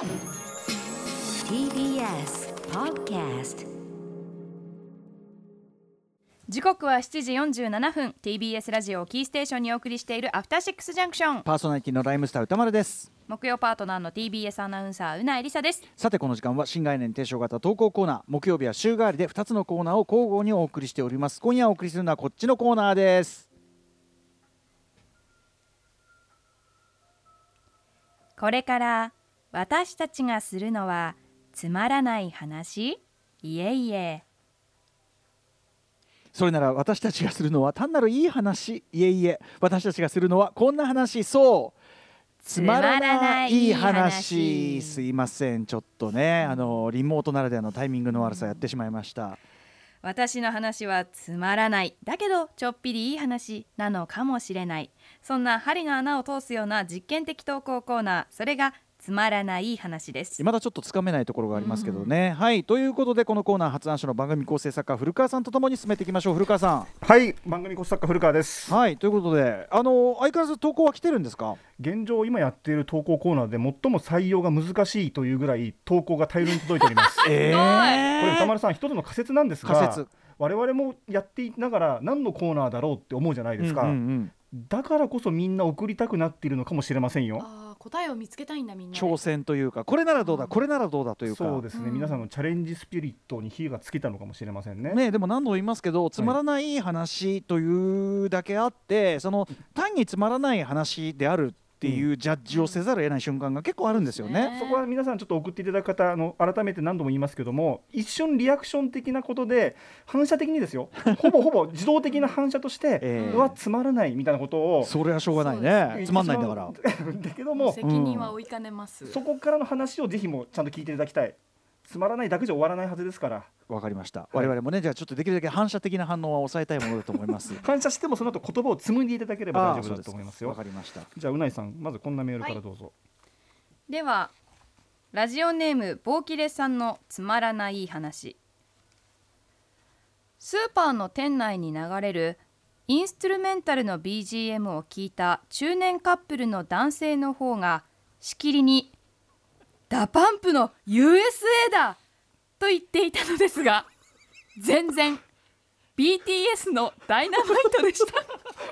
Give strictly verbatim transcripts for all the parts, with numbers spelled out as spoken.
ティービーエス Podcast。 時刻はしちじよんじゅうななふん。 ティービーエス ラジオをキーステーションにお送りしているアフターシックスジャンクション。 パーソナリティのライムスター歌丸です。 木曜パートナーの ティービーエス アナウンサーうなえりさです。 さてこの時間は新概念提唱型投稿コーナー、木曜日は週替わりでふたつのコーナーを交互にお送りしております。今夜お送りするのはこっちのコーナーです。 これから私たちがするのはつまらない話？いえいえ。 それなら私たちがするのは単なるいい話？いえいえ。私たちがするのはこんな話。そうつまらない話。すいません、ちょっとね、あのリモートならではのタイミングの悪さやってしまいました。 私の話はつまらない、だけどちょっぴりいい話なのかもしれない。そんな針の穴を通すような実験的投稿コーナー、それがつまらない話です。 まだちょっとつかめないところがありますけどね、うん、はいということでこのコーナー発案者の番組構成作家古川さんとともに進めていきましょう。古川さん。 はい、番組構成作家古川です。 はいということで、あの相変わらず投稿は来てるんですか？ 現状今やっている投稿コーナーで最も採用が難しいというぐらい投稿が大量に届いておりますえー、 これ歌丸さん一つの仮説なんですが、 仮説、 我々もやっていながら何のコーナーだろうって思うじゃないですか、うんうんうん、だからこそみんな送りたくなっているのかもしれませんよ。 あ、答えを見つけたいんだみんな。 挑戦というか、これならどうだ、うん、これならどうだというか、 そうですね、うん、皆さんのチャレンジスピリットに火がつけたのかもしれません ね, ね。でも何度も言いますけど、つまらない話というだけあって、はい、その単につまらない話であるっていうジャッジをせざるを得ない瞬間が結構あるんですよね、 うん、そこは皆さんちょっと送っていただく方、あの改めて何度も言いますけども、一瞬リアクション的なことで反射的にですよほぼほぼ自動的な反射として、えー、うわつまらないみたいなことを、 それはしょうがないね、つまんないんだからだけども責任は負いかねます、 うん、そこからの話をぜひもちゃんと聞いていただきたい。つまらないだけじゃ終わらないはずですから。 わかりました、はい、我々もね、じゃあちょっとできるだけ反射的な反応は抑えたいものだと思います反射してもその後言葉を紡いでいただければ大丈夫だと思いますよ。 わかりました。 じゃあうないさん、まずこんなメールからどうぞ、はい、 ではラジオネームボーキレさんのつまらない話。スーパーの店内に流れるインストゥルメンタルの ビージーエム を聞いた中年カップルの男性の方がしきりにダパンプの ユーエスエー だと言っていたのですが、全然 ビーティーエス のダイナマイトでした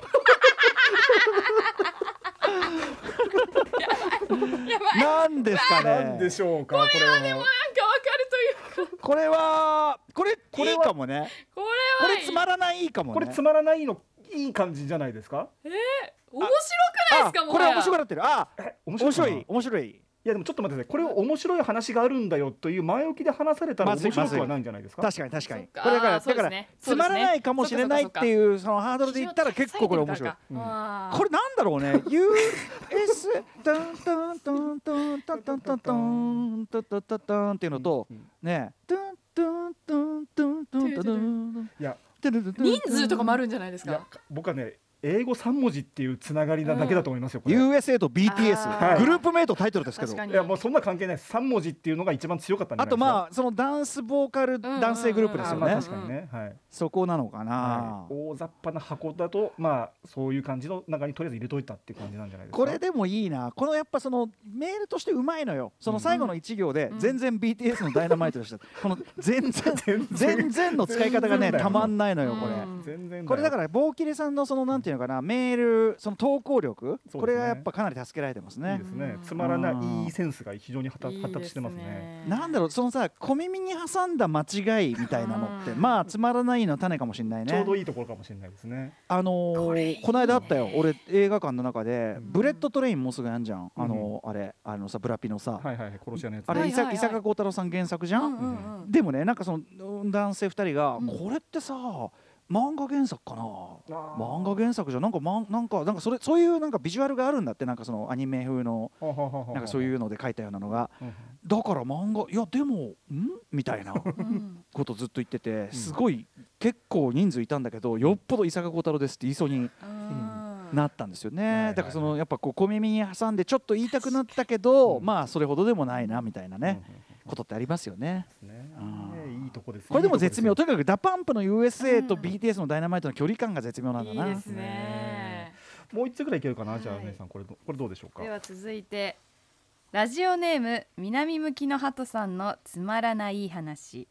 やばいなんですかね。 なんでしょうか。 これはでもなんかわかるというか、 これはこれこれいいかもね。 これはこれつまらないかもね。 これつまらないのいい感じじゃないですか。 えー、面白くないですか。もこれ面白くなってる。あ、 面白い面白い。 いやでもちょっと待ってください、これ面白い話があるんだよという前置きで話されたら面白くはないんじゃないですか。 確かに確かに。これだからだからつまらないかもしれないっていうそのハードルで言ったら結構これ面白い。これなんだろうね。ユーエス タンタンタンタンタンタンタンタンタンタンタンタンっていうのとね、タンタンタンタンタンタン、いや人数とかもあるんじゃないですか。 僕はね、英語さん文字っていうつながりなだけだと思いますよ、これユーエスエー と ビーティーエス、はい、グループ名とタイトルですけど、 いやもうそんな関係ないです。さん文字っていうのが一番強かったんじゃないですか。 あとまあそのダンスボーカル男性グループですよね、 まあ確かにね、はい、 そこなのかな、 はい、大雑把な箱だとまあそういう感じの中にとりあえず入れといたっていう感じなんじゃないですか。 これでもいいな、このやっぱそのメールとしてうまいのよ。その最後のいち行で全然 ビーティーエス のダイナマイトでした、うん、この全然全然の使い方がねたまんないのよこれ。 全然これだからボーキレさんのそのなんていうのかな、メールその投稿力、 ね、 これがやっぱかなり助けられてますね。 いいですね。つまらないいいセンスが非常に発達してますね。 なんだろう、そのさ小耳に挟んだ間違いみたいなのってまあつまらないの種かもしれないね。 ちょうどいいところかもしれないですね。 あのー、こ, いいねこの間あったよ、俺映画館の中で、うん、ブレッドトレインもうすぐやんじゃん、あのー、あれあのさブラピのさ、 はいはい、殺し屋のやつ、 あれ、 はいはいはい、伊坂幸太郎さん原作じゃん、うんうんうん、でもねなんかその男性ふたりが、うん、これってさ漫画原作かな、漫画原作じゃなんか、ま、なんかなんかそれそういうなんかビジュアルがあるんだって、なんかそのアニメ風のなんかそういうので書いたようなのが、だから漫画いやでもんみたいなことずっと言ってて、すごい結構人数いたんだけど、よっぽど伊坂幸太郎ですって言いそうになったんですよね。だからそのやっぱこう小耳に挟んでちょっと言いたくなったけど、まあそれほどでもないなみたいなねことってありますよね。 いいとこです。 これでも絶妙。とにかくダパンプの ユーエスエー と ビーティーエス のダイナマイトの距離感が絶妙なんだな。 いいですね。 もう一つぐらいいけるかな。じゃあ姉さんこれこれどうでしょうか。 では続いてラジオネーム南向きの鳩さんのつまらない話。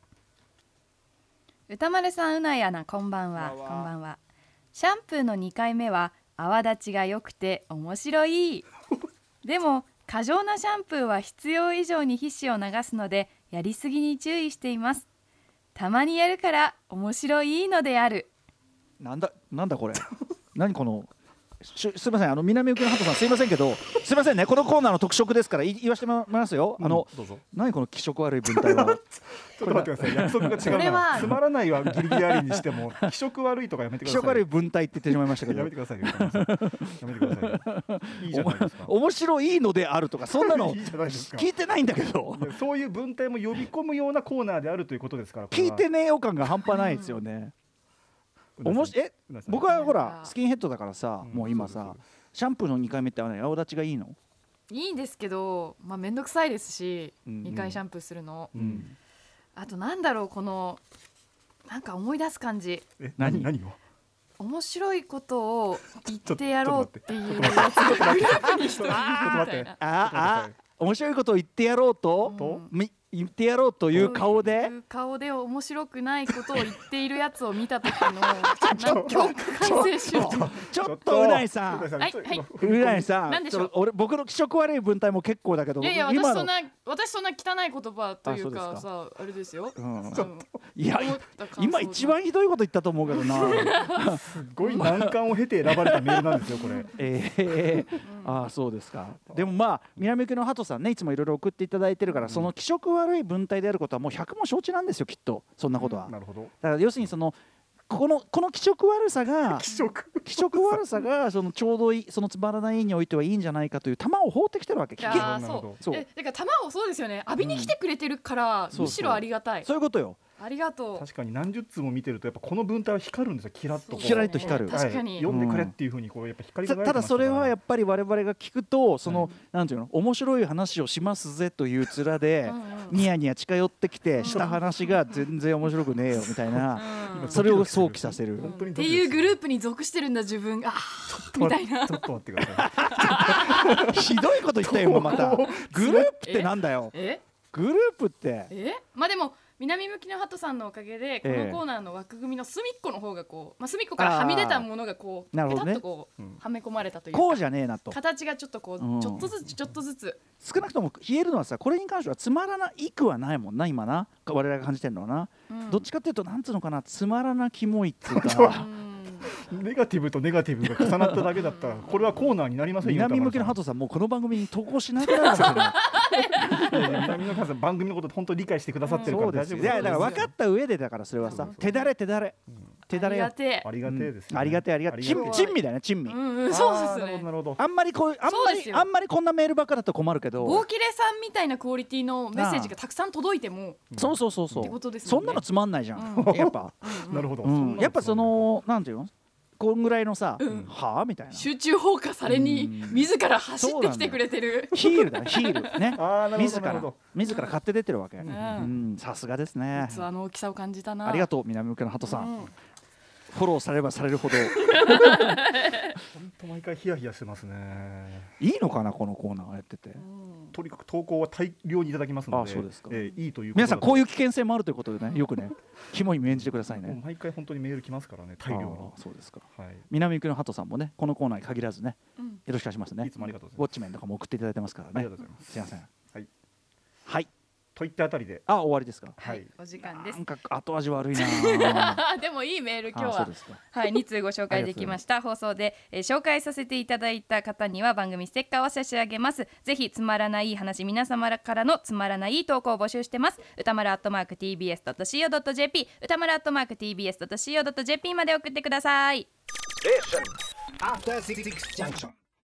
歌丸さん、うないアナ、こんばんは。こんばんは。シャンプーのにかいめは泡立ちが良くて面白い。でも過剰なシャンプーは必要以上に皮脂を流すのでやりすぎに注意しています。たまにやるから面白いのである。 なんだなんだこれ何このすすみません、あの南向きの鳩さん、すいませんけど、すいませんね、このコーナーの特色ですから言わせてもらいますよ。あの、 うん、どうぞ。 何この気色悪い文体は。 ちょっと待ってください、約束が違うこれはな。つまらないはギリギリありにしても気色悪いとかやめてください。 気色悪い文体って言ってしまいましたけどやめてくださいよ。やめてくださいよ。いいじゃないですか。 面白いのであるとかそんなのいいじゃないですか。 聞いてないんだけど。 そういう文体も呼び込むようなコーナーであるということですから。これは聞いてねえよ感が半端ないですよね。おもしえ僕はほらスキンヘッドだからさ、 うんもう今さシャンプーのにかいめってあの泡立ちがいいの？ いいんですけど、まあ、めんどくさいですし、 うんにかいシャンプーするの、 うん、 あとなんだろう、このなんか思い出す感じ、 え何何を面白いことを言ってやろうっていうちょっやつをグループにしちょてるっと待ってみたいな。 ああ面白いことを言ってやろうと、 とみ言ってやろうという顔でそういう顔で面白くないことを言っているやつを見た時のなんか恐怖感性集中。 ちょっとうないさんはいはいはいうないさんなんでしょうちょっと俺僕の気色悪い文体も結構だけど、 いやいや、 今の私そんな私そんな汚い言葉というあそうですかさ、あれですよ。 うんうんいや思った感想今一番ひどいこと言ったと思うけどな。 すごい難関を経て選ばれたメールなんですよこれ。 ええああそうですか。でもまあ南向きの鳩さんね、いつもいろいろ送っていただいてるから、その気色悪い文体であることはもうひゃくも承知なんですよ、きっと。そんなことは、 なるほど。 だから要するにそのこのこの気色悪さが気色気色悪さがそのちょうどいい、そのつまらないにおいてはいいんじゃないかという球を放ってきてるわけ。 い聞けやーなるほどそう。え、だから卵そうですよね。浴びに来てくれてるから、 うんむしろありがたい。 そういうことよ。 ありがとう。 確かに何十通も見てるとやっぱこの文体は光るんですよ、キラッとこうキラリと光る確かにはい読んでくれっていう風にこうやっぱ光り輝いてたただそれはやっっぱり我々が聞くとその、 はいなんていうの、面白い話をしますぜという面でうんうんニヤニヤ近寄ってきてした話が全然面白くねえよみたいな、 うんそれを想起させる。 本当にっていうグループに属してるんだ自分がみたいな。 ちょっと待ってください。 ひどいこと言ったよ今また。グループってなんだよ。 えグループってえまあでも南向きの鳩さんのおかげでこええのコーナーの枠組みの隅っこの方がこう、まあ、隅っこからはみ出たものがこうペタなるほどねッとこううんはめ込まれたというか、 こうじゃねえなと。 形がちょっとこう、 うんちょっとずつちょっとずつ少なくとも言えるのはさ、これに関してはつまらないくはないもんな今な、我々が感じてるのはな、 うんどっちかっていうとなんつうのかな、つまらなキモいっていううかんネガティブとネガティブが重なっただけだったらこれはコーナーになりませんよ。 南向きの鳩さんもうこの番組に投稿しなくなるかもしれない。 いやいや南の方さん番組のこと本当に理解してくださってるからそうですよ。 大丈夫ですいやだから分かった上でだからそれはさ、手だれ手だれ手だれよ。 ありがてえありがてえですね、 ありがてえありがてえ。珍がてえ珍味だよね、珍味。 うんうん、そうですあーなるほどね。 なるほど。 あんまりこうあんまそうですよりあんまりこんなメールばっかだと困るけど、 大切れさんみたいなクオリティのメッセージがたくさん届いても、 そうそうそうそってことでう。 すもんねそんなのつまんないじゃん。 うやっぱ、 なるほど、 うんやっぱそのなんていうの、こんぐらいのさ、 うんはあみたいな。 集中放火されにうん自ら走ってきてくれてる。 ヒールだね、ヒールね。 あーなるほ自らどなるほど自ら買って出てるわけ。 んうん、さすがですね。 器の大きさを感じたな。 ありがとう南向きの鳩さ。 うんんフォローされればされるほど本当毎回ヒヤヒヤしてますね。 いいのかなこのコーナーやってて。 とにかく投稿は大量にいただきますので、 あそうですかえーいいということ皆さんこういいう危険性もあるということでね、よくね肝に銘じてくださいね。 毎回本当にメール来ますからね、大量のあー。そうですか。 はい。 南向きの鳩さんもね、このコーナーに限らずね、 うんよろしくお願いしますね。 いつもありがとうございますウォッチメンとかも送っていただいてますからね。 ありがとうございますすいません。 はい。 はい。 といったあたりで、 あ、終わりですか。 はい、お時間ですなん。か後味悪いなぁ。 でもいいメール今日あ、そうはですか。 はい、に通ご紹介できました放送で、えー紹介させていただいた方には番組ステッカーを差し上げます。ぜひつまらない話、皆様からのつまらない投稿を募集してます。歌丸アットマーク ティービーエスドットシーオードットジェーピー 歌丸アットマーク ティービーエスドットシーオードットジェーピー まで送ってください。 After Six Junction.